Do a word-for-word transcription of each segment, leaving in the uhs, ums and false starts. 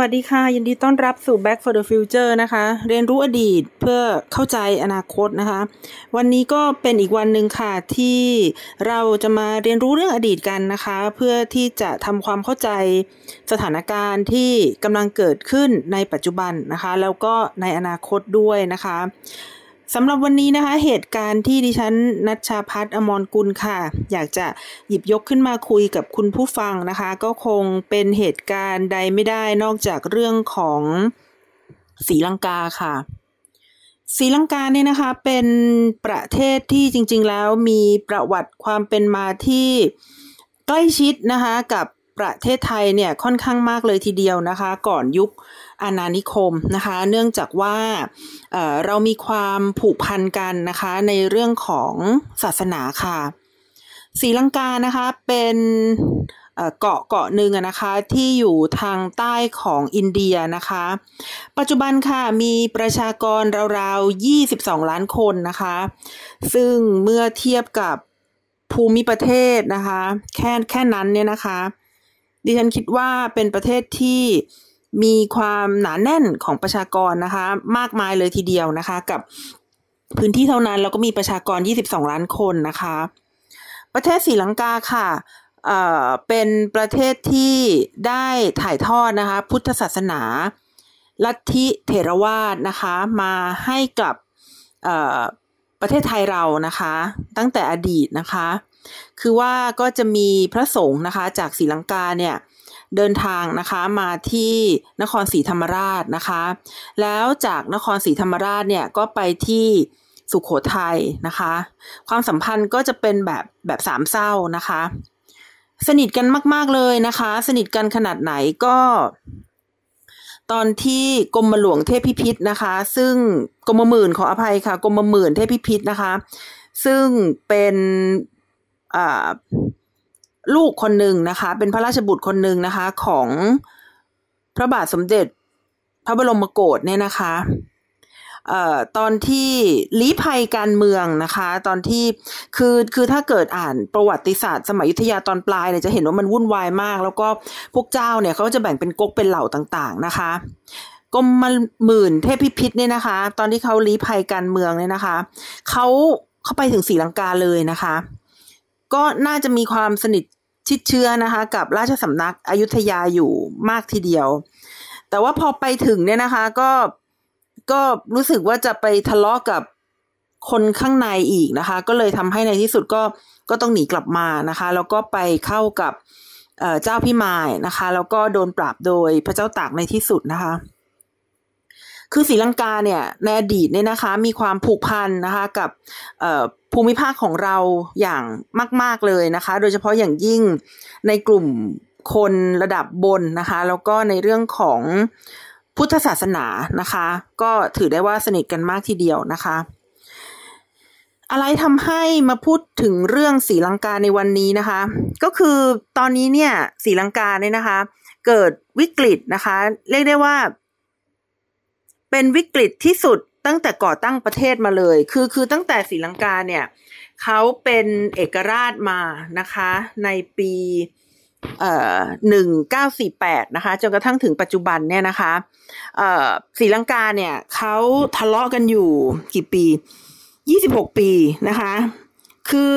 วัสดีค่ะยินดีต้อนรับสู่ Back for the Future นะคะเรียนรู้อดีตเพื่อเข้าใจอนาคตนะคะวันนี้ก็เป็นอีกวันหนึ่งค่ะที่เราจะมาเรียนรู้เรื่องอดีตกันนะคะเพื่อที่จะทำความเข้าใจสถานการณ์ที่กำลังเกิดขึ้นในปัจจุบันนะคะแล้วก็ในอนาคตด้วยนะคะสำหรับวันนี้นะคะเหตุการณ์ที่ดิฉันณัชชาภัทร อมรกุลค่ะอยากจะหยิบยกขึ้นมาคุยกับคุณผู้ฟังนะคะก็คงเป็นเหตุการณ์ใดไม่ได้นอกจากเรื่องของศรีลังกาค่ะศรีลังกาเนี่ยนะคะเป็นประเทศที่จริงๆแล้วมีประวัติความเป็นมาที่ใกล้ชิดนะคะกับประเทศไทยเนี่ยค่อนข้างมากเลยทีเดียวนะคะก่อนยุคอาณานิคมนะคะเนื่องจากว่า เอ่อ เรามีความผูกพันกันนะคะในเรื่องของศาสนาค่ะศรีลังกานะคะเป็นเกาะเกาะหนึ่งนะคะที่อยู่ทางใต้ของอินเดียนะคะปัจจุบันค่ะมีประชากรราวๆยี่สิบสองล้านคนนะคะซึ่งเมื่อเทียบกับภูมิประเทศนะคะแค่แค่นั้นเนี่ยนะคะดิฉันคิดว่าเป็นประเทศที่มีความหนาแน่นของประชากรนะคะมากมายเลยทีเดียวนะคะกับพื้นที่เท่านั้นแล้วก็มีประชากรยี่สิบสองล้านคนนะคะประเทศศรีลังกาค่ะเอ่อเป็นประเทศที่ได้ถ่ายทอดนะคะพุทธศาสนาลัทธิเถรวาทนะคะมาให้กับเอ่อประเทศไทยเรานะคะตั้งแต่อดีตนะคะคือว่าก็จะมีพระสงฆ์นะคะจากศรีลังกาเนี่ยเดินทางนะคะมาที่นครศรีธรรมราชนะคะแล้วจากนครศรีธรรมราชเนี่ยก็ไปที่สุโขทัยนะคะความสัมพันธ์ก็จะเป็นแบบแบบสามเศร้านะคะสนิทกันมากๆเลยนะคะสนิทกันขนาดไหนก็ตอนที่กรมหลวงเทพพิพิธนะคะซึ่งกรมหมื่นขออภัยค่ะกรมหมื่นเทพพิพิธนะคะซึ่งเป็นอ่าลูกคนหนึ่งนะคะเป็นพระราชบุตรคนหนึ่งนะคะของพระบาทสมเด็จพระบรมโกศเนี่ยนะคะเอ่อตอนที่ลี้ภัยการเมืองนะคะตอนที่คือคือถ้าเกิดอ่านประวัติศาสตร์สมัยอยุธยาตอนปลายเนี่ยจะเห็นว่ามันวุ่นวายมากแล้วก็พวกเจ้าเนี่ยเขาจะแบ่งเป็นก๊กเป็นเหล่าต่างๆนะคะกรมหมื่นเทพพิพิธเนี่ยนะคะตอนที่เขาลี้ภัยการเมืองเนี่ยนะคะเขาเข้าไปถึงศรีลังกาเลยนะคะก็น่าจะมีความสนิทชิดเชื้อนะคะกับราชสำนักอยุธยาอยู่มากทีเดียวแต่ว่าพอไปถึงเนี่ยนะคะก็ก็รู้สึกว่าจะไปทะเลาะกับคนข้างในอีกนะคะก็เลยทำให้ในที่สุดก็ก็ต้องหนีกลับมานะคะแล้วก็ไปเข้ากับเอ่อเจ้าพี่มายนะคะแล้วก็โดนปราบโดยพระเจ้าตากในที่สุดนะคะคือศรีลังกาเนี่ยในอดีตเนี่ยนะคะมีความผูกพันนะคะกับเอ่อภูมิภาคของเราอย่างมากๆเลยนะคะโดยเฉพาะอย่างยิ่งในกลุ่มคนระดับบนนะคะแล้วก็ในเรื่องของพุทธศาสนานะคะก็ถือได้ว่าสนิทกันมากทีเดียวนะคะอะไรทำให้มาพูดถึงเรื่องศรีลังกาในวันนี้นะคะก็คือตอนนี้เนี่ยศรีลังกาเนี่ยนะคะเกิดวิกฤตนะคะเรียกได้ว่าเป็นวิกฤตที่สุดตั้งแต่ก่อตั้งประเทศมาเลยคือคือตั้งแต่ศรีลังกาเนี่ยเขาเป็นเอกราชมานะคะในปีเอ่อหนึ่งพันเก้าร้อยสี่สิบแปดนะคะจนกระทั่งถึงปัจจุบันเนี่ยนะคะเอ่อศรีลังกาเนี่ยเขาทะเลาะกันอยู่กี่ปียี่สิบหกปีนะคะคือ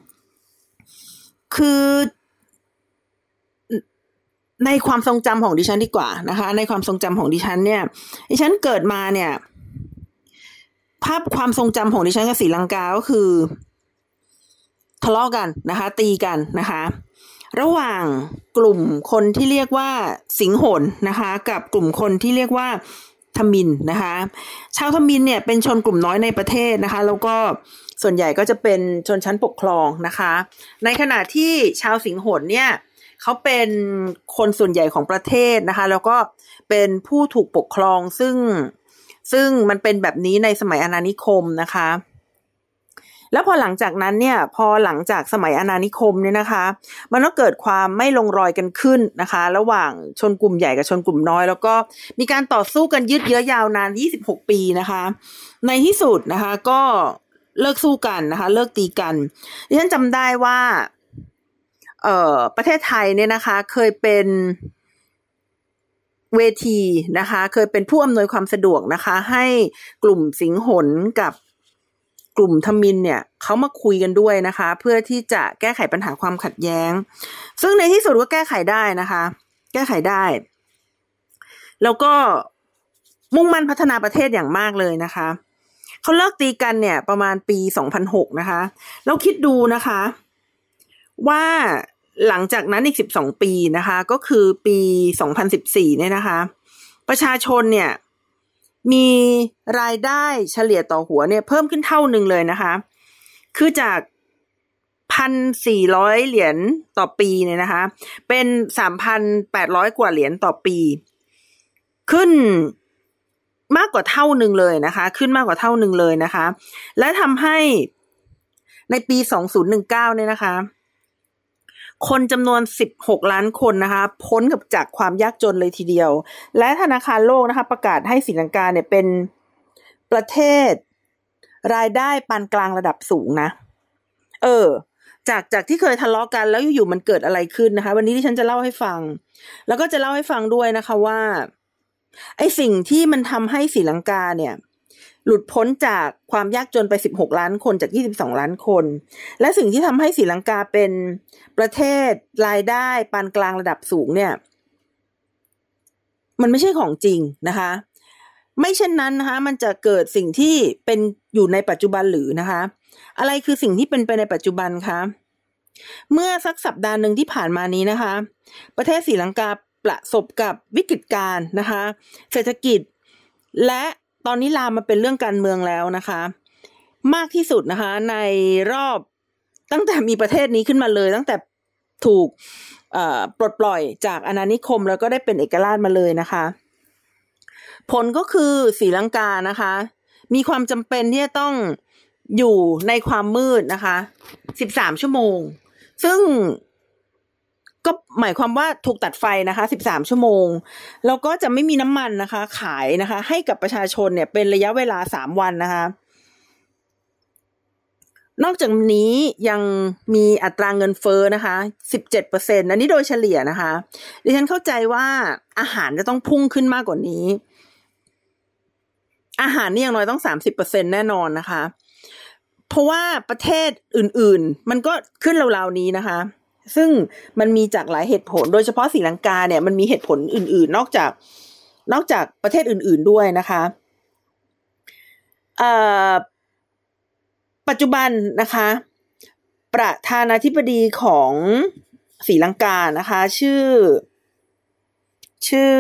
คือในความทรงจำของดิฉันดีกว่านะคะในความทรงจำของดิฉันเนี่ยดิฉันเกิดมาเนี่ยภาพความทรงจำของดิฉันกับศรีลังกาก็คือทะเลาะกันนะคะตีกันนะคะระหว่างกลุ่มคนที่เรียกว่าสิงหนนะคะกับกลุ่มคนที่เรียกว่าทมิฬนะคะชาวทมิฬเนี่ยเป็นชนกลุ่มน้อยในประเทศนะคะแล้วก็ส่วนใหญ่ก็จะเป็นชนชั้นปกครองนะคะในขณะที่ชาวสิงหนเนี่ยเขาเป็นคนส่วนใหญ่ของประเทศนะคะแล้วก็เป็นผู้ถูกปกครองซึ่งซึ่งมันเป็นแบบนี้ในสมัยอาณานิคมนะคะแล้วพอหลังจากนั้นเนี่ยพอหลังจากสมัยอาณานิคมเนี่ยนะคะมันก็เกิดความไม่ลงรอยกันขึ้นนะคะระหว่างชนกลุ่มใหญ่กับชนกลุ่มน้อยแล้วก็มีการต่อสู้กันยืดเยื้อยาวนานยี่สิบหกปีนะคะในที่สุดนะคะก็เลิกสู้กันนะคะเลิกตีกันดิฉันจำได้ว่าเอ่อประเทศไทยเนี่ยนะคะเคยเป็นเวทีนะคะเคยเป็นผู้อำนวยความสะดวกนะคะให้กลุ่มสิงหนกับกลุ่มทมิฬเนี่ยเขามาคุยกันด้วยนะคะเพื่อที่จะแก้ไขปัญหาความขัดแย้งซึ่งในที่สุดก็แก้ไขได้นะคะแก้ไขได้แล้วก็มุ่งมั่นพัฒนาประเทศอย่างมากเลยนะคะเขาเลิกตีกันเนี่ยประมาณปีสองพันหกนะคะแล้วคิดดูนะคะว่าหลังจากนั้นอีกสิบสองปีนะคะก็คือปีสองพันสิบสี่เนี่ยนะคะประชาชนเนี่ยมีรายได้เฉลี่ยต่อหัวเนี่ยเพิ่มขึ้นเท่านึงเลยนะคะคือจาก หนึ่งพันสี่ร้อย เหรียญต่อปีเนี่ยนะคะเป็น สามพันแปดร้อย กว่าเหรียญต่อปีขึ้นมากกว่าเท่านึงเลยนะคะขึ้นมากกว่าเท่านึงเลยนะคะและทำให้ในปีสองพันสิบเก้าเนี่ยนะคะคนจำนวนสิบหกล้านคนนะคะพ้นกับจากความยากจนเลยทีเดียวและธนาคารโลกนะคะประกาศให้ศรีลังกาเนี่ยเป็นประเทศรายได้ปานกลางระดับสูงนะเออจากจากที่เคยทะเลาะกันแล้วอยู่ๆมันเกิดอะไรขึ้นนะคะวันนี้ที่ฉันจะเล่าให้ฟังแล้วก็จะเล่าให้ฟังด้วยนะคะว่าไอ้สิ่งที่มันทำให้ศรีลังกาเนี่ยหลุดพ้นจากความยากจนไปสิบหกล้านคนจากยี่สิบสองล้านคนและสิ่งที่ทำให้ศรีลังกาเป็นประเทศรายได้ปานกลางระดับสูงเนี่ยมันไม่ใช่ของจริงนะคะไม่เช่นนั้นนะคะมันจะเกิดสิ่งที่เป็นอยู่ในปัจจุบันหรือนะคะอะไรคือสิ่งที่เป็นไปในปัจจุบันคะเมื่อสักสัปดาห์หนึ่งที่ผ่านมานี้นะคะประเทศศรีลังกาประสบกับวิกฤตการณ์นะคะเศรษฐกิจและตอนนี้ลามมาเป็นเรื่องการเมืองแล้วนะคะมากที่สุดนะคะในรอบตั้งแต่มีประเทศนี้ขึ้นมาเลยตั้งแต่ถูกปลดปล่อยจากอาณานิคมแล้วก็ได้เป็นเอกราชมาเลยนะคะผลก็คือศรีลังกานะคะมีความจำเป็นที่จะต้องอยู่ในความมืดนะคะสิบสามชั่วโมงซึ่งก็หมายความว่าถูกตัดไฟนะคะสิบสามชั่วโมงแล้วก็จะไม่มีน้ำมันนะคะขายนะคะให้กับประชาชนเนี่ยเป็นระยะเวลาสามวันนะคะนอกจากนี้ยังมีอัตราเงินเฟ้อนะคะ สิบเจ็ดเปอร์เซ็นต์ อันนี้โดยเฉลี่ยนะคะดิฉันเข้าใจว่าอาหารจะต้องพุ่งขึ้นมากกว่านี้อาหารนี่อย่างน้อยต้อง สามสิบเปอร์เซ็นต์ แน่นอนนะคะเพราะว่าประเทศอื่นๆมันก็ขึ้นราวๆนี้นะคะซึ่งมันมีจากหลายเหตุผลโดยเฉพาะศรีลังกาเนี่ยมันมีเหตุผลอื่นๆนอกจากนอกจากประเทศอื่นๆด้วยนะคะเอ่อปัจจุบันนะคะประธานาธิบดีของศรีลังกานะคะชื่อชื่อ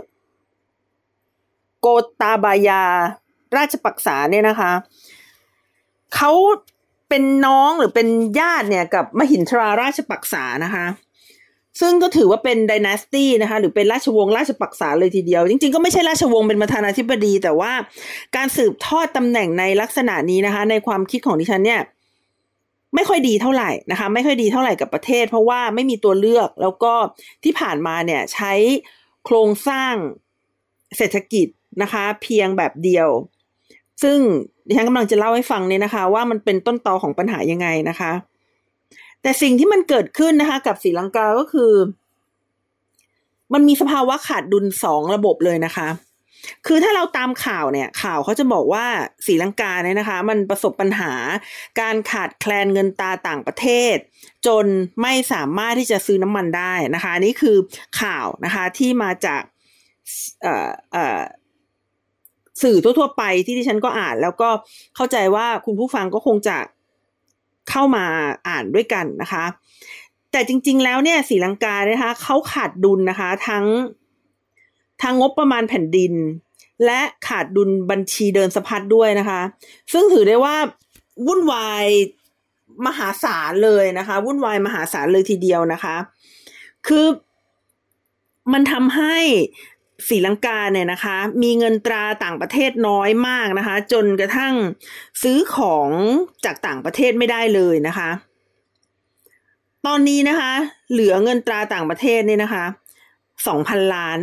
โกตาบายาราชปักษาเนี่ยนะคะเขาเป็นน้องหรือเป็นญาติเนี่ยกับมหินทราราชปักษานะคะซึ่งก็ถือว่าเป็นไดนาสตี้นะคะหรือเป็นราชวงศ์ราชปักษาเลยทีเดียวจริงๆก็ไม่ใช่ราชวงศ์เป็นประธานาธิบดีแต่ว่าการสืบทอดตำแหน่งในลักษณะนี้นะคะในความคิดของดิฉันเนี่ยไม่ค่อยดีเท่าไหร่นะคะไม่ค่อยดีเท่าไหร่กับประเทศเพราะว่าไม่มีตัวเลือกแล้วก็ที่ผ่านมาเนี่ยใช้โครงสร้างเศรษฐกิจนะคะเพียงแบบเดียวซึ่งดิฉันกำลังจะเล่าให้ฟังเนี่ยนะคะว่ามันเป็นต้นตอของปัญหายังไงนะคะแต่สิ่งที่มันเกิดขึ้นนะคะกับศรีลังกาก็คือมันมีสภาวะขาดดุลสองระบบเลยนะคะคือถ้าเราตามข่าวเนี่ยข่าวเขาจะบอกว่าศรีลังกาเนี่ยนะคะมันประสบปัญหาการขาดแคลนเงินตราต่างประเทศจนไม่สามารถที่จะซื้อน้ำมันได้นะคะนี่คือข่าวนะคะที่มาจากเอ่อเอ่อสื่อทั่วๆไปที่ดิฉันก็อ่านแล้วก็เข้าใจว่าคุณผู้ฟังก็คงจะเข้ามาอ่านด้วยกันนะคะแต่จริงๆแล้วเนี่ยศรีลังกานะคะเขาขาดดุลนะคะทั้งทั้งงบประมาณแผ่นดินและขาดดุลบัญชีเดินสะพัดด้วยนะคะซึ่งถือได้ว่าวุ่นวายมหาศาลเลยนะคะวุ่นวายมหาศาลเลยทีเดียวนะคะคือมันทำให้ศรีลังกาเนี่ยนะคะมีเงินตราต่างประเทศน้อยมากนะคะจนกระทั่งซื้อของจากต่างประเทศไม่ได้เลยนะคะตอนนี้นะคะเหลือเงินตราต่างประเทศเนี่ยนะคะ สองพัน ล้าน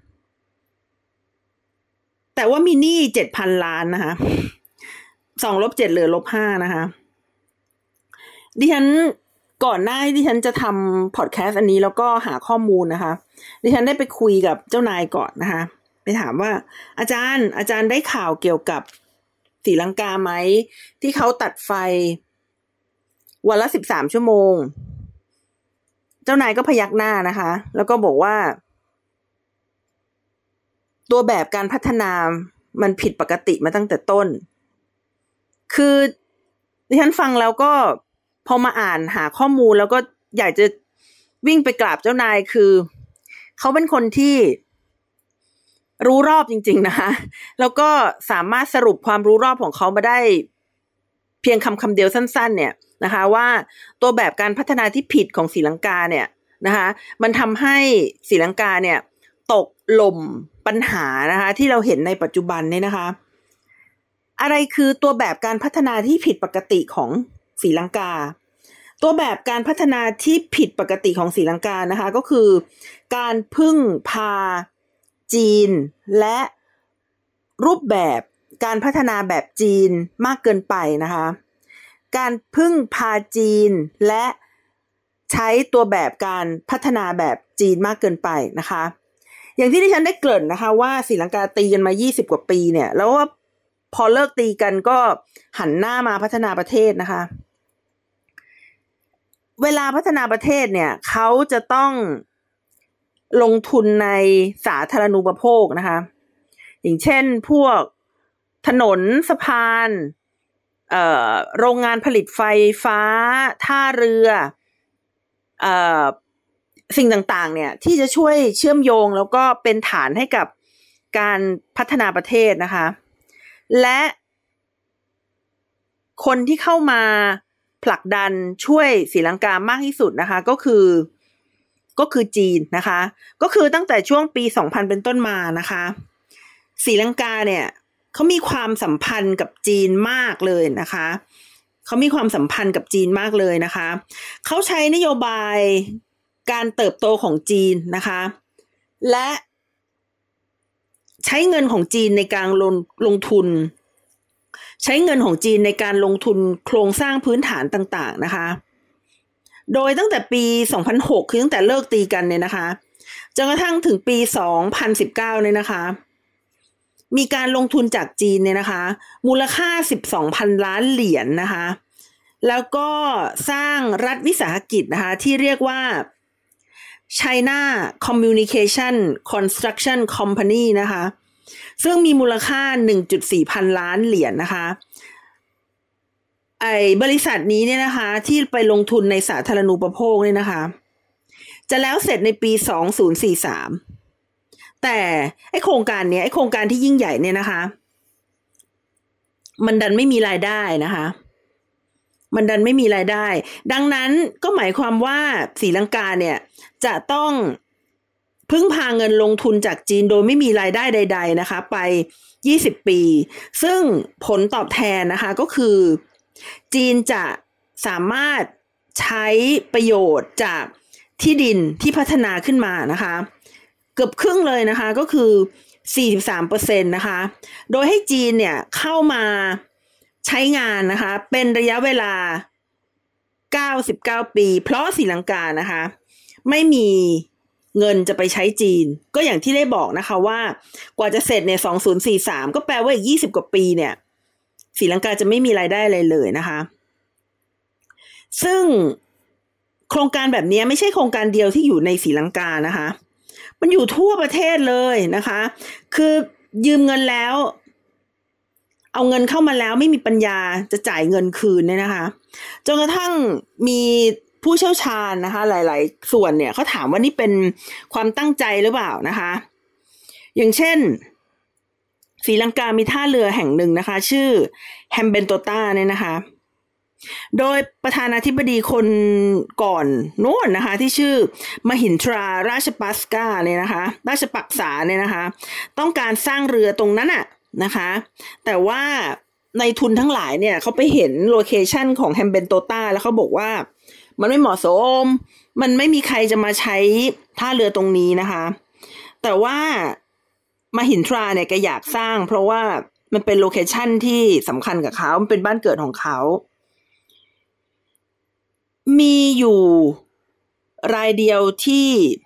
แต่ว่ามีหนี้ เจ็ดพัน ล้านนะคะสองลบเจ็ดเหลือลบห้านะคะดิฉันก่อนหน้าที่ดิฉันจะทำพอดแคสต์อันนี้แล้วก็หาข้อมูลนะคะดิฉันได้ไปคุยกับเจ้านายก่อนนะคะไปถามว่าอาจารย์อาจารย์ได้ข่าวเกี่ยวกับศรีลังกาไหมที่เขาตัดไฟวันละสิบสามชั่วโมงเจ้านายก็พยักหน้านะคะแล้วก็บอกว่าตัวแบบการพัฒนามันผิดปกติมาตั้งแต่ต้นคือดิฉันฟังแล้วก็พอมาอ่านหาข้อมูลแล้วก็อยากจะวิ่งไปกราบเจ้านายคือเขาเป็นคนที่รู้รอบจริงๆนะคะแล้วก็สามารถสรุปความรู้รอบของเขามาได้เพียงคำคำเดียวสั้นๆเนี่ยนะคะว่าตัวแบบการพัฒนาที่ผิดของศรีลังกาเนี่ยนะคะมันทำให้ศรีลังกาเนี่ยตกหล่มปัญหานะคะที่เราเห็นในปัจจุบันเนี่ยนะคะอะไรคือตัวแบบการพัฒนาที่ผิดปกติของศรีลังกาตัวแบบการพัฒนาที่ผิดปกติของศรีลังกานะคะก็คือการพึ่งพาจีนและรูปแบบการพัฒนาแบบจีนมากเกินไปนะคะการพึ่งพาจีนและใช้ตัวแบบการพัฒนาแบบจีนมากเกินไปนะคะอย่างที่ดิฉันได้เกริ่นนะคะว่าศรีลังกาตีกันมายี่สิบกว่าปีเนี่ยแล้วว่าพอเลิกตีกันก็หันหน้ามาพัฒนาประเทศนะคะเวลาพัฒนาประเทศเนี่ยเขาจะต้องลงทุนในสาธารณูปโภคนะคะอย่างเช่นพวกถนนสะพานเอ่อโรงงานผลิตไฟฟ้าท่าเรือเอ่อสิ่งต่างๆเนี่ยที่จะช่วยเชื่อมโยงแล้วก็เป็นฐานให้กับการพัฒนาประเทศนะคะและคนที่เข้ามาผลักดันช่วยศรีลังกามากที่สุดนะคะก็คือก็คือจีนนะคะก็คือตั้งแต่ช่วงปีสองพันเป็นต้นมานะคะศรีลังกาเนี่ยเขามีความสัมพันธ์กับจีนมากเลยนะคะเขามีความสัมพันธ์กับจีนมากเลยนะคะเขาใช้นโยบายการเติบโตของจีนนะคะและใช้เงินของจีนในการลงลงทุนใช้เงินของจีนในการลงทุนโครงสร้างพื้นฐานต่างๆนะคะโดยตั้งแต่ปีสองพันหกคือตั้งแต่เลิกตีกันเนี่ยนะคะจนกระทั่งถึงปีสองพันสิบเก้าเนี่ยนะคะมีการลงทุนจากจีนเนี่ยนะคะมูลค่า สิบสองพัน ล้านเหรียญ นะคะแล้วก็สร้างรัฐวิสาหกิจนะคะที่เรียกว่า China Communication Construction Company นะคะซึ่งมีมูลค่า หนึ่งจุดสี่ พันล้านเหรียญ นะคะไอ้บริษัทนี้เนี่ยนะคะที่ไปลงทุนในสาธารณูปโภคเนี่ยนะคะจะแล้วเสร็จในปีสองพันสี่สิบสามแต่ไอ้โครงการเนี้ยไอ้โครงการที่ยิ่งใหญ่เนี่ยนะคะมันดันไม่มีรายได้นะคะมันดันไม่มีรายได้ดังนั้นก็หมายความว่าศรีลังกาเนี่ยจะต้องพึ่งพาเงินลงทุนจากจีนโดยไม่มีรายได้ใดๆนะคะไปยี่สิบปีซึ่งผลตอบแทนนะคะก็คือจีนจะสามารถใช้ประโยชน์จากที่ดินที่พัฒนาขึ้นมานะคะเกือบครึ่งเลยนะคะก็คือ สี่สิบสามเปอร์เซ็นต์ นะคะโดยให้จีนเนี่ยเข้ามาใช้งานนะคะเป็นระยะเวลาเก้าสิบเก้าปีเพราะศรีลังกานะคะไม่มีเงินจะไปใช้จีนก็อย่างที่ได้บอกนะคะว่ากว่าจะเสร็จเนี่ยสองพันสี่สิบสามก็แปลว่าอีกยี่สิบกว่าปีเนี่ยศรีลังกาจะไม่มีรายได้อะไรเลยนะคะซึ่งโครงการแบบนี้ไม่ใช่โครงการเดียวที่อยู่ในศรีลังกานะคะมันอยู่ทั่วประเทศเลยนะคะคือยืมเงินแล้วเอาเงินเข้ามาแล้วไม่มีปัญญาจะจ่ายเงินคืนเนี่ยนะคะจนกระทั่งมีผู้เชี่ยวชาญนะคะหลายๆส่วนเนี่ยเขาถามว่านี่เป็นความตั้งใจหรือเปล่านะคะอย่างเช่นศรีลังกามีท่าเรือแห่งหนึ่งนะคะชื่อแฮมเบนโตตาเนี่ยนะคะโดยประธานาธิบดีคนก่อนโน่นนะคะที่ชื่อมหินทราราชปัสกาเนี่ยนะคะราชปักษาเนี่ยนะคะต้องการสร้างเรือตรงนั้นน่ะนะคะแต่ว่าในทุนทั้งหลายเนี่ยเขาไปเห็นโลเคชั่นของแฮมเบนโตตาแล้วเขาบอกว่ามันไม่เหมาะสมมันไม่มีใครจะมาใช้ท่าเรือตรงนี้นะคะแต่ว่ามหินทราเนี่ยแกอยากสร้างเพราะว่ามันเป็นโลเคชั่นที่สำคัญกับเขามันเป็นบ้านเกิดของเขามีอยู่รายเดียวที่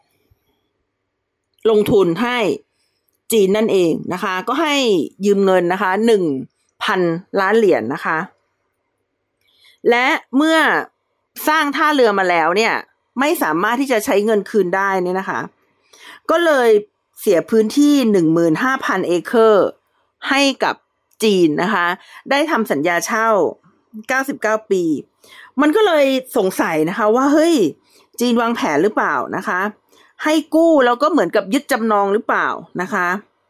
ลงทุนให้จีนนั่นเองนะคะก็ให้ยืมเงินนะคะ หนึ่งพัน ล้านเหรียญ นะคะ และเมื่อสร้างท่าเรือมาแล้วเนี่ยไม่สามารถที่จะใช้เงินคืนได้เนี่ยนะคะก็เลยเสียพื้นที่ หนึ่งหมื่นห้าพัน เอเคอร์ให้กับจีนนะคะได้ทำสัญญาเช่าเก้าสิบเก้าปีมันก็เลยสงสัยนะคะว่าเฮ้ยจีนวางแผนหรือเปล่านะคะให้กู้แล้วก็เหมือนกับยึดจำนองหรือเปล่านะคะ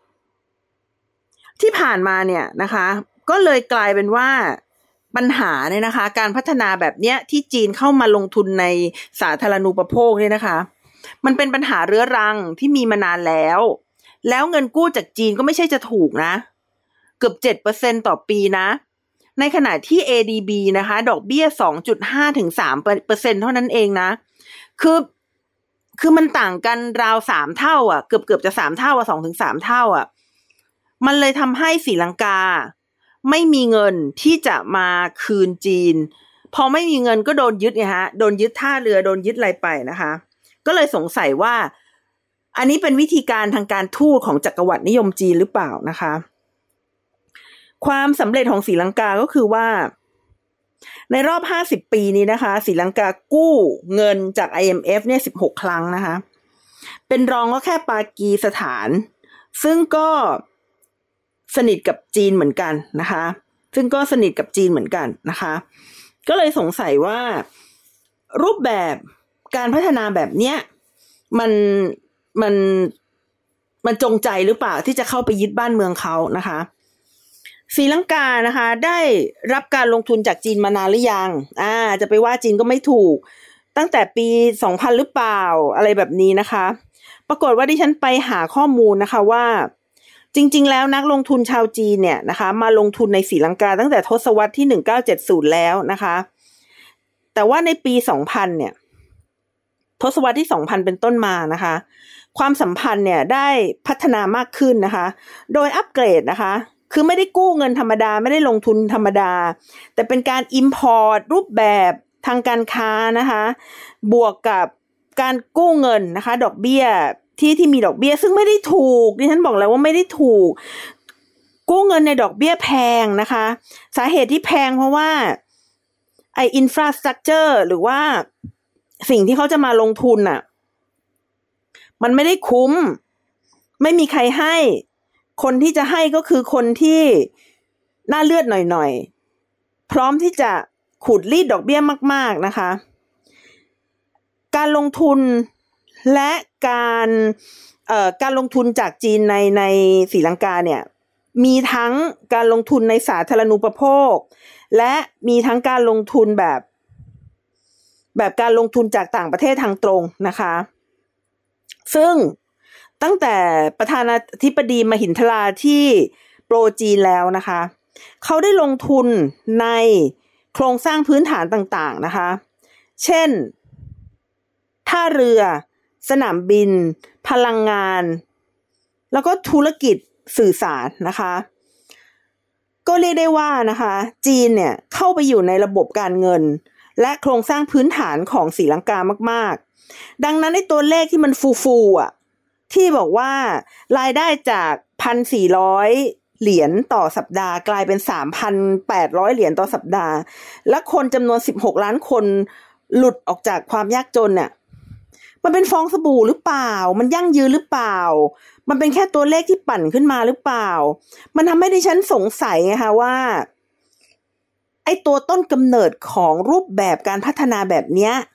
ที่ผ่านมาเนี่ยนะคะก็เลยกลายเป็นว่าปัญหาเนี่ยนะคะการพัฒนาแบบเนี้ยที่จีนเข้ามาลงทุนในสาธารณูปโภคเนี่ยนะคะมันเป็นปัญหาเรื้อรังที่มีมานานแล้วแล้วเงินกู้จากจีนก็ไม่ใช่จะถูกนะเกือบ เจ็ดเปอร์เซ็นต์ ต่อปีนะในขณะที่ เอ ดี บี นะคะดอกเบี้ย สองจุดห้า ถึง สามเปอร์เซ็นต์ เท่านั้นเองนะคือคือมันต่างกันราวสามเท่าอ่ะเกือบเกือบจะสามเท่าอ่ะ สองถึงสาม เท่าอ่ะมันเลยทำให้ศรีลังกาไม่มีเงินที่จะมาคืนจีนพอไม่มีเงินก็โดนยึดไงฮะโดนยึดท่าเรือโดนยึดอะไรไปนะคะก็เลยสงสัยว่าอันนี้เป็นวิธีการทางการทูตของจักรวรรดินิยมจีนหรือเปล่านะคะความสำเร็จของศรีลังกาก็คือว่าในรอบห้าสิบปีนี้นะคะศรีลังกากู้เงินจาก ไอ เอ็ม เอฟ เนี่ยสิบหกครั้งนะคะเป็นรองก็แค่ปากีสถานซึ่งก็สนิทกับจีนเหมือนกันนะคะซึ่งก็สนิทกับจีนเหมือนกันนะคะก็เลยสงสัยว่ารูปแบบการพัฒนาแบบเนี้ยมันมันมันจงใจหรือเปล่าที่จะเข้าไปยึดบ้านเมืองเขานะคะศรีลังกานะคะได้รับการลงทุนจากจีนมานานหรือยังอ่าจะไปว่าจีนก็ไม่ถูกตั้งแต่ปีสองพันหรือเปล่าอะไรแบบนี้นะคะปรากฏว่าดิฉันไปหาข้อมูลนะคะว่าจริงๆแล้วนักลงทุนชาวจีนเนี่ยนะคะมาลงทุนในศรีลังกาตั้งแต่ทศวรรษที่หนึ่งพันเก้าร้อยเจ็ดสิบแล้วนะคะแต่ว่าในปีสองพันเนี่ยทศวรรษที่สองพันเป็นต้นมานะคะความสัมพันธ์เนี่ยได้พัฒนามากขึ้นนะคะโดยอัปเกรดนะคะคือไม่ได้กู้เงินธรรมดาไม่ได้ลงทุนธรรมดาแต่เป็นการ import รูปแบบทางการค้านะคะบวกกับการกู้เงินนะคะดอกเบี้ยที่ที่มีดอกเบี้ยซึ่งไม่ได้ถูกดิฉันบอกแล้วว่าไม่ได้ถูกกู้เงินในดอกเบี้ยแพงนะคะสาเหตุที่แพงเพราะว่าไอ้ infrastructure หรือว่าสิ่งที่เขาจะมาลงทุนน่ะมันไม่ได้คุ้มไม่มีใครให้คนที่จะให้ก็คือคนที่หน้าเลือดหน่อยๆพร้อมที่จะขูดรีดดอกเบี้ยมากๆนะคะการลงทุนและการเอ่อการลงทุนจากจีนในในศรีลังกาเนี่ยมีทั้งการลงทุนในสาธารณูปโภคและมีทั้งการลงทุนแบบแบบการลงทุนจากต่างประเทศทางตรงนะคะซึ่งตั้งแต่ประธานาธิบดีมหินทราที่โปรจีนแล้วนะคะเขาได้ลงทุนในโครงสร้างพื้นฐานต่างๆนะคะเช่นท่าเรือสนามบินพลังงานแล้วก็ธุรกิจสื่อสารนะคะก็เรียกได้ว่านะคะจีนเนี่ยเข้าไปอยู่ในระบบการเงินและโครงสร้างพื้นฐานของศรีลังกามากๆดังนั้นไอ้ตัวเลขที่มันฟูๆอ่ะที่บอกว่ารายได้จาก หนึ่งพันสี่ร้อย เหรียญต่อสัปดาห์กลายเป็น สามพันแปดร้อย เหรียญต่อสัปดาห์และคนจำนวนสิบหกล้านคนหลุดออกจากความยากจนเนี่ยมันเป็นฟองสบู่หรือเปล่ามันยั่งยืนหรือเปล่ามันเป็นแค่ตัวเลขที่ปั่นขึ้นมาหรือเปล่ามันทำให้ดิฉันสงสัยนะคะว่าไอ้ตัวต้นกำเนิดของรูปแบบการพัฒนาแบบเนี้ย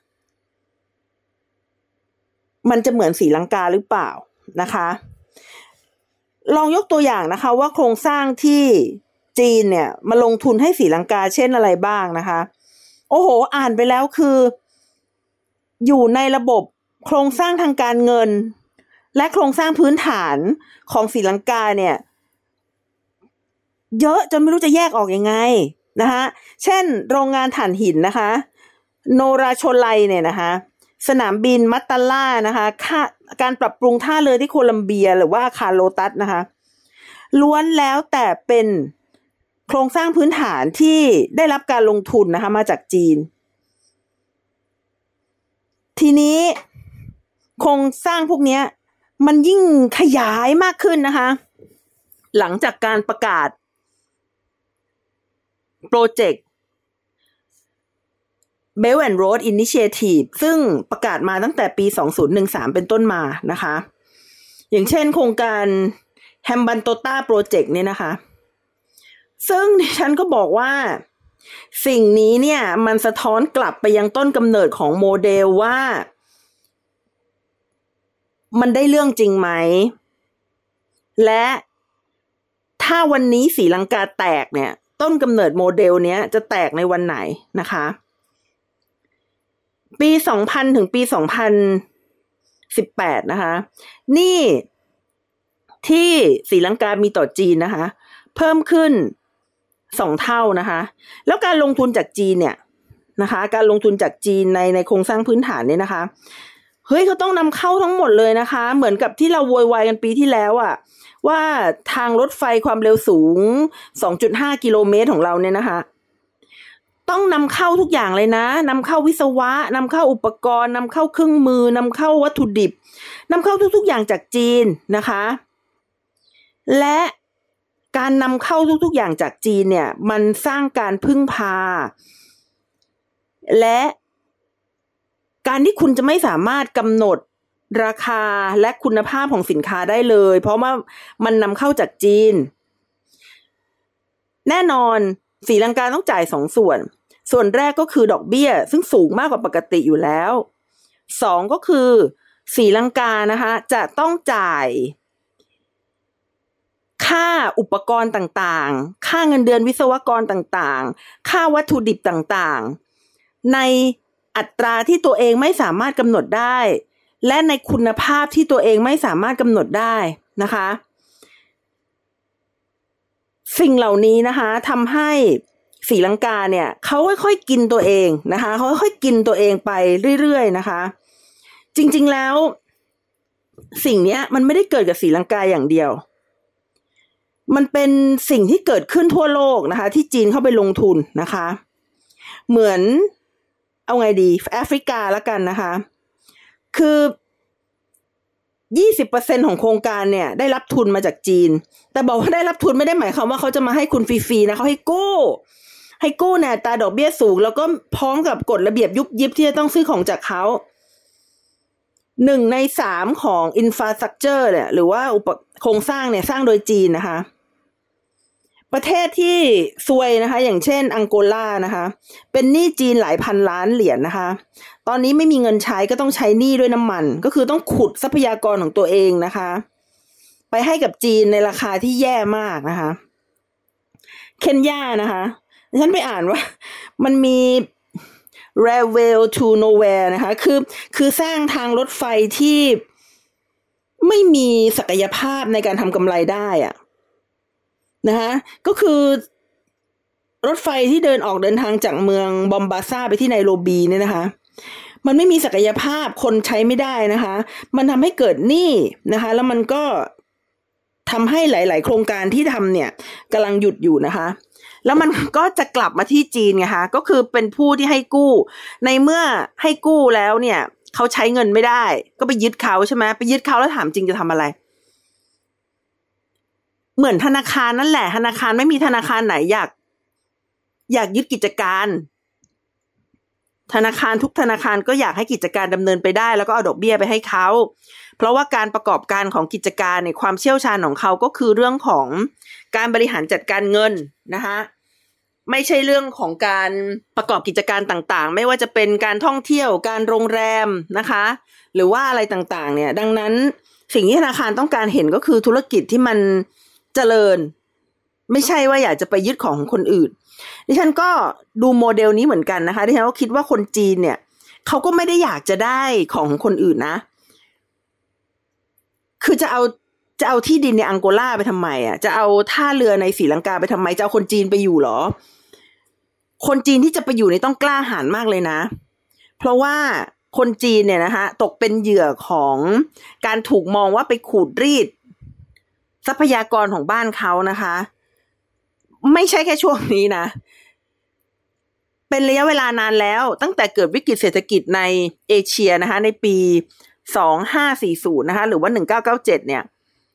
มันจะเหมือนศรีลังกาหรือเปล่านะคะลองยกตัวอย่างนะคะว่าโครงสร้างที่จีนเนี่ยมาลงทุนให้ศรีลังกาเช่นอะไรบ้างนะคะโอ้โหอ่านไปแล้วคืออยู่ในระบบโครงสร้างทางการเงินและโครงสร้างพื้นฐานของศรีลังกาเนี่ยเยอะจนไม่รู้จะแยกออกยังไงนะคะเช่นโรงงานถ่านหินนะคะโนราโชไลเนี่ยนะคะสนามบินมัตตาล่านะคะการปรับปรุงท่าเรือที่โคลัมเบียหรือว่าอาคารโลตัสนะคะล้วนแล้วแต่เป็นโครงสร้างพื้นฐานที่ได้รับการลงทุนนะคะมาจากจีนทีนี้โครงสร้างพวกนี้มันยิ่งขยายมากขึ้นนะคะหลังจากการประกาศโปรเจกต์ Belt and Road Initiative ซึ่งประกาศมาตั้งแต่ปีสองพันสิบสามเป็นต้นมานะคะอย่างเช่นโครงการ Hambantota Project เนี่ยนะคะซึ่งดิฉันก็บอกว่าสิ่งนี้เนี่ยมันสะท้อนกลับไปยังต้นกำเนิดของโมเดลว่ามันได้เรื่องจริงไหมและถ้าวันนี้ศรีลังกาแตกเนี่ยต้นกำเนิดโมเดลเนี้ยจะแตกในวันไหนนะคะปีสองพันถึงปีสองพันสิบแปดนะคะนี่ที่ศรีลังกามีต่อจีนนะคะเพิ่มขึ้นสองเท่านะคะแล้วการลงทุนจากจีนเนี่ยนะคะการลงทุนจากจีนในในโครงสร้างพื้นฐานเนี่ยนะคะเฮ้ยเขาต้องนำเข้าทั้งหมดเลยนะคะเหมือนกับที่เราโวยวายกันปีที่แล้วอะว่าทางรถไฟความเร็วสูง สองจุดห้า กิโลเมตรของเราเนี่ยนะคะต้องนำเข้าทุกอย่างเลยนะนำเข้าวิศวะนำเข้าอุปกรณ์นำเข้าเครื่องมือนำเข้าวัตถุดิบนำเข้าทุกๆอย่างจากจีนนะคะและการนำเข้าทุกๆอย่างจากจีนเนี่ยมันสร้างการพึ่งพาและการที่คุณจะไม่สามารถกำหนดราคาและคุณภาพของสินค้าได้เลยเพราะว่ามันนำเข้าจากจีนแน่นอนศรีลังกาต้องจ่ายสองส่วนส่วนแรกก็คือดอกเบี้ยซึ่งสูงมากกว่าปกติอยู่แล้วสองก็คือศรีลังกานะคะจะต้องจ่ายค่าอุปกรณ์ต่างๆค่าเงินเดือนวิศวกรต่างๆค่าวัตถุดิบต่างๆในอัตราที่ตัวเองไม่สามารถกำหนดได้และในคุณภาพที่ตัวเองไม่สามารถกำหนดได้นะคะสิ่งเหล่านี้นะคะทำให้ศรีลังกาเนี่ยเขาค่อยๆกินตัวเองนะคะเขาค่อยๆกินตัวเองไปเรื่อยๆนะคะจริงๆแล้วสิ่งนี้มันไม่ได้เกิดกับศรีลังกาอย่างเดียวมันเป็นสิ่งที่เกิดขึ้นทั่วโลกนะคะที่จีนเข้าไปลงทุนนะคะเหมือนเอาไงดีแอฟริกาละกันนะคะคือ ยี่สิบเปอร์เซ็นต์ ของโครงการเนี่ยได้รับทุนมาจากจีนแต่บอกว่าได้รับทุนไม่ได้หมายความว่าเขาจะมาให้คุณฟรีๆนะเขาให้กู้ให้กู้เนี่ยอัตราดอกเบี้ยสูงแล้วก็พร้อมกับกฎระเบียบยุบยิบที่จะต้องซื้อของจากเขาหนึ่งในสามของ infrastructure เนี่ยหรือว่าอุปโครงสร้างเนี่ยสร้างโดยจีนนะคะประเทศที่ซวยนะคะอย่างเช่นอังโกลานะคะเป็นหนี้จีนหลายพันล้านเหรียญ นะคะตอนนี้ไม่มีเงินใช้ก็ต้องใช้หนี้ด้วยน้ำมันก็คือต้องขุดทรัพยากรของตัวเองนะคะไปให้กับจีนในราคาที่แย่มากนะคะเคนยานะคะฉันไปอ่านว่ามันมี railway to nowhere นะคะคือคือสร้างทางรถไฟที่ไม่มีศักยภาพในการทำกำไรได้อะนะคะก็คือรถไฟที่เดินออกเดินทางจากเมืองบอมบาซาไปที่ไนโรบีเนี่ยนะคะมันไม่มีศักยภาพคนใช้ไม่ได้นะคะมันทำให้เกิดหนี้นะคะแล้วมันก็ทำให้หลายๆโครงการที่ทำเนี่ยกำลังหยุดอยู่นะคะแล้วมันก็จะกลับมาที่จีนไงคะก็คือเป็นผู้ที่ให้กู้ในเมื่อให้กู้แล้วเนี่ยเขาใช้เงินไม่ได้ก็ไปยึดเขาใช่ไหมไปยึดเขาแล้วถามจริงจะทำอะไรเหมือนธนาคารนั่นแหละธนาคารไม่มีธนาคารไหนอยากอยากยึดกิจการธนาคารทุกธนาคารก็อยากให้กิจการดำเนินไปได้แล้วก็เอาดอกเบี้ยไปให้เขาเพราะว่าการประกอบการของกิจการในความเชี่ยวชาญของเขาก็คือเรื่องของการบริหารจัดการเงินนะคะไม่ใช่เรื่องของการประกอบกิจการต่างๆไม่ว่าจะเป็นการท่องเที่ยวการโรงแรมนะคะหรือว่าอะไรต่างๆเนี่ยดังนั้นสิ่งที่ธนาคารต้องการเห็นก็คือธุรกิจที่มันเจริญไม่ใช่ว่าอยากจะไปยึดของของคนอื่นดิฉันก็ดูโมเดลนี้เหมือนกันนะคะดิฉันก็คิดว่าคนจีนเนี่ยเขาก็ไม่ได้อยากจะได้ของของคนอื่นนะคือจะเอาจะเอาที่ดินในอังโกลาไปทำไมอ่ะจะเอาท่าเรือในศรีลังกาไปทำไมจะเอาคนจีนไปอยู่หรอคนจีนที่จะไปอยู่นี่ต้องกล้าหาญมากเลยนะเพราะว่าคนจีนเนี่ยนะคะตกเป็นเหยื่อของการถูกมองว่าไปขูดรีดทรัพยากรของบ้านเขานะคะไม่ใช่แค่ช่วงนี้นะเป็นระยะเวลานานแล้วตั้งแต่เกิดวิกฤตเศรษฐกิจในเอเชียนะคะในปีสองพันห้าร้อยสี่สิบนะคะหรือว่าหนึ่งพันเก้าร้อยเก้าสิบเจ็ดเนี่ย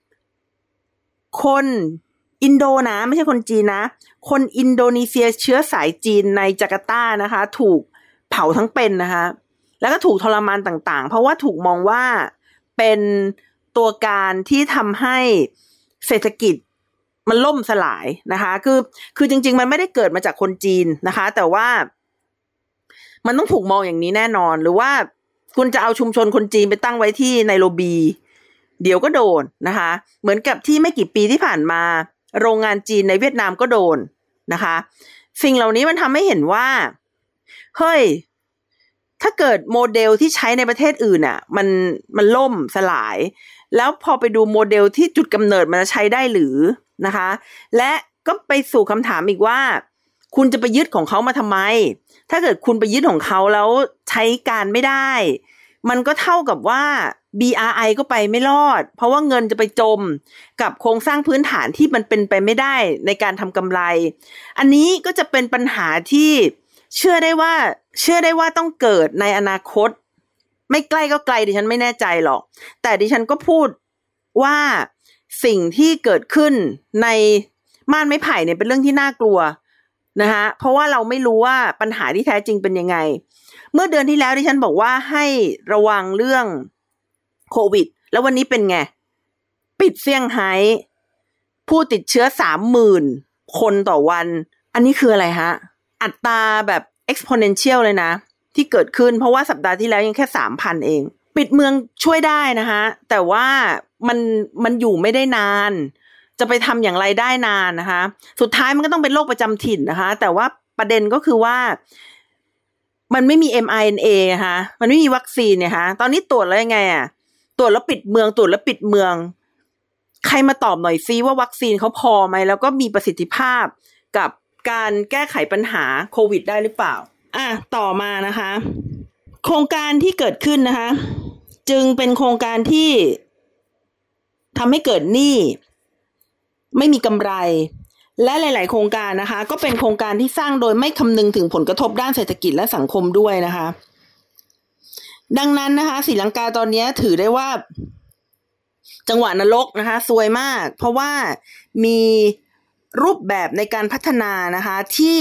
คนอินโดนะไม่ใช่คนจีนนะคนอินโดนีเซียเชื้อสายจีนในจาการ์ตานะคะถูกเผาทั้งเป็นนะคะแล้วก็ถูกทรมานต่างๆเพราะว่าถูกมองว่าเป็นตัวการที่ทำให้เศรษฐกิจมันล่มสลายนะคะคือคือจริงๆมันไม่ได้เกิดมาจากคนจีนนะคะแต่ว่ามันต้องถูกมองอย่างนี้แน่นอนหรือว่าคุณจะเอาชุมชนคนจีนไปตั้งไว้ที่ไนโรบีเดี๋ยวก็โดนนะคะเหมือนกับที่ไม่กี่ปีที่ผ่านมาโรงงานจีนในเวียดนามก็โดนนะคะสิ่งเหล่านี้มันทำให้เห็นว่าเฮ้ยถ้าเกิดโมเดลที่ใช้ในประเทศอื่นอ่ะมันมันล่มสลายแล้วพอไปดูโมเดลที่จุดกำเนิดมันจะใช้ได้หรือนะคะและก็ไปสู่คำถามอีกว่าคุณจะไปยึดของเขามาทำไมถ้าเกิดคุณไปยึดของเขาแล้วใช้การไม่ได้มันก็เท่ากับว่า บี อาร์ ไอ ก็ไปไม่รอดเพราะว่าเงินจะไปจมกับโครงสร้างพื้นฐานที่มันเป็นไปไม่ได้ในการทำกำไรอันนี้ก็จะเป็นปัญหาที่เชื่อได้ว่าเชื่อได้ว่าต้องเกิดในอนาคตไม่ใกล้ก็ไกลดิฉันไม่แน่ใจหรอกแต่ดิฉันก็พูดว่าสิ่งที่เกิดขึ้นในม่านไม้ไผ่เนี่ยเป็นเรื่องที่น่ากลัวนะคะเพราะว่าเราไม่รู้ว่าปัญหาที่แท้จริงเป็นยังไงเมื่อเดือนที่แล้วดิฉันบอกว่าให้ระวังเรื่องโควิดแล้ววันนี้เป็นไงปิดเซี่ยงไฮ้ผู้ติดเชื้อ สามหมื่น คนต่อวันอันนี้คืออะไรฮะอัตราแบบ exponential เลยนะที่เกิดขึ้นเพราะว่าสัปดาห์ที่แล้วยังแค่ สามพัน เองปิดเมืองช่วยได้นะคะแต่ว่ามันมันอยู่ไม่ได้นานจะไปทำอย่างไรได้นานนะคะสุดท้ายมันก็ต้องเป็นโรคประจำถิ่นนะคะแต่ว่าประเด็นก็คือว่ามันไม่มี เอ็ม อาร์ เอ็น เอ นะคะมันไม่มีวัคซีนเนี่ยฮะตอนนี้ตรวจแล้วยังไงอ่ะตรวจแล้วปิดเมืองตรวจแล้วปิดเมืองใครมาตอบหน่อยซิว่าวัคซีนเขาพอไหมแล้วก็มีประสิทธิภาพกับการแก้ไขปัญหาโควิดได้หรือเปล่าอ่ะต่อมานะคะโครงการที่เกิดขึ้นนะคะจึงเป็นโครงการที่ทำให้เกิดหนี้ไม่มีกำไรและหลายๆโครงการนะคะก็เป็นโครงการที่สร้างโดยไม่คำนึงถึงผลกระทบด้านเศรษฐกิจและสังคมด้วยนะคะดังนั้นนะคะศรีลังกาตอนนี้ถือได้ว่าจังหวะนรกนะคะซวยมากเพราะว่ามีรูปแบบในการพัฒนานะคะที่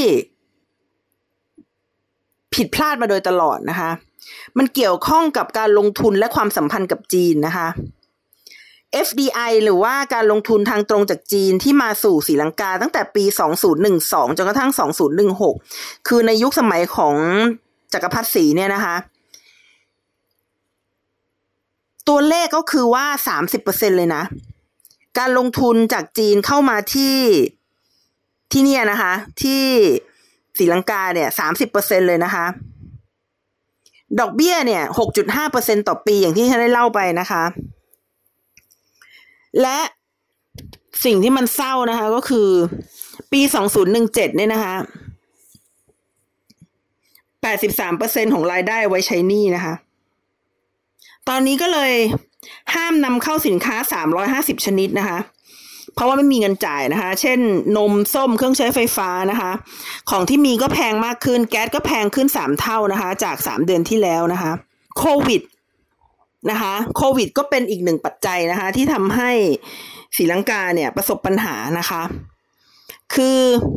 ผิดพลาดมาโดยตลอดนะคะมันเกี่ยวข้องกับการลงทุนและความสัมพันธ์กับจีนนะคะ เอฟ ดี ไอ หรือว่าการลงทุนทางตรงจากจีนที่มาสู่ศรีลังกาตั้งแต่ปีสองพันสิบสองจนกระทั่งสองพันสิบหกคือในยุคสมัยของจักรพรรดิศรีเนี่ยนะคะตัวเลขก็คือว่า สามสิบเปอร์เซ็นต์ เลยนะการลงทุนจากจีนเข้ามาที่ที่เนี่ยนะคะที่ศรีลังกาเนี่ย สามสิบเปอร์เซ็นต์ เลยนะคะดอกเบี้ยเนี่ย หกจุดห้าเปอร์เซ็นต์ ต่อปีอย่างที่ฉันได้เล่าไปนะคะและสิ่งที่มันเศร้านะคะก็คือปีสองพันสิบเจ็ดเนี่ยนะคะ แปดสิบสามเปอร์เซ็นต์ ของรายได้ไว้ใช้หนี้นะคะตอนนี้ก็เลยห้ามนำเข้าสินค้าสามร้อยห้าสิบชนิดนะคะเพราะว่าไม่มีเงินจ่ายนะคะเช่นนมส้มเครื่องใช้ไฟฟ้านะคะของที่มีก็แพงมากขึ้นแก๊สก็แพงขึ้นสามเท่านะคะจากสามเดือนที่แล้วนะคะโควิดนะคะโควิดก็เป็นอีกหนึ่งปัจจัยนะคะที่ทำให้ศรีลังกาเนี่ยประสบปัญหานะคะคือ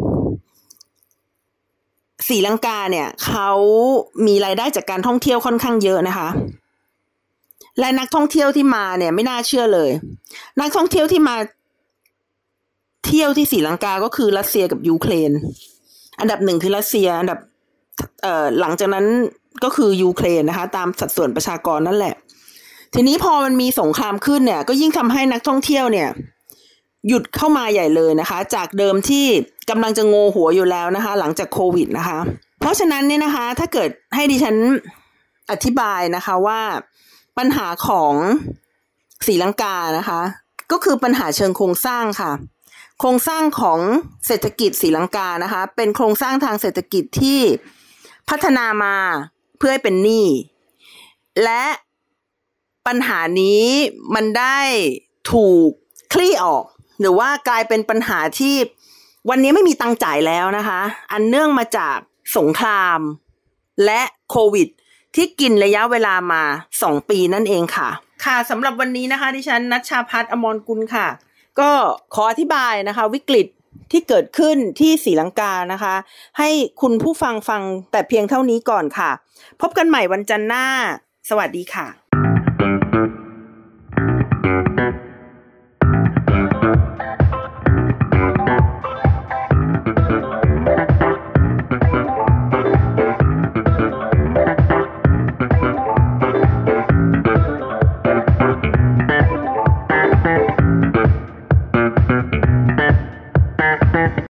ศรีลังกาเนี่ยเขามีรายได้จากการท่องเที่ยวค่อนข้างเยอะนะคะและนักท่องเที่ยวที่มาเนี่ยไม่น่าเชื่อเลยนักท่องเที่ยวที่มาเที่ยวที่ศรีลังกาก็คือรัสเซียกับยูเครนอันดับหนึ่งคือรัสเซียอันดับเอ่อหลังจากนั้นก็คือยูเครนนะคะตามสัดส่วนประชากรนั่นแหละทีนี้พอมันมีสงครามขึ้นเนี่ยก็ยิ่งทำให้นักท่องเที่ยวเนี่ยหยุดเข้ามาใหญ่เลยนะคะจากเดิมที่กำลังจะโงหัวอยู่แล้วนะคะหลังจากโควิดนะคะเพราะฉะนั้นเนี่ยนะคะถ้าเกิดให้ดิฉันอธิบายนะคะว่าปัญหาของศรีลังกานะคะก็คือปัญหาเชิงโครงสร้างค่ะโครงสร้างของเศรษฐกิจศรีลังกานะคะเป็นโครงสร้างทางเศรษฐกิจที่พัฒนามาเพื่อให้เป็นหนี้และปัญหานี้มันได้ถูกคลี่ออกหรือว่ากลายเป็นปัญหาที่วันนี้ไม่มีตังค์จ่ายแล้วนะคะอันเนื่องมาจากสงครามและโควิดที่กินระยะเวลามาสองปีนั่นเองค่ะค่ะสำหรับวันนี้นะคะดิฉันณัชชาภัทร อมรกุลค่ะก็ขออธิบายนะคะวิกฤตที่เกิดขึ้นที่ศรีลังกานะคะให้คุณผู้ฟังฟังแต่เพียงเท่านี้ก่อนค่ะพบกันใหม่วันจันทร์หน้าสวัสดีค่ะ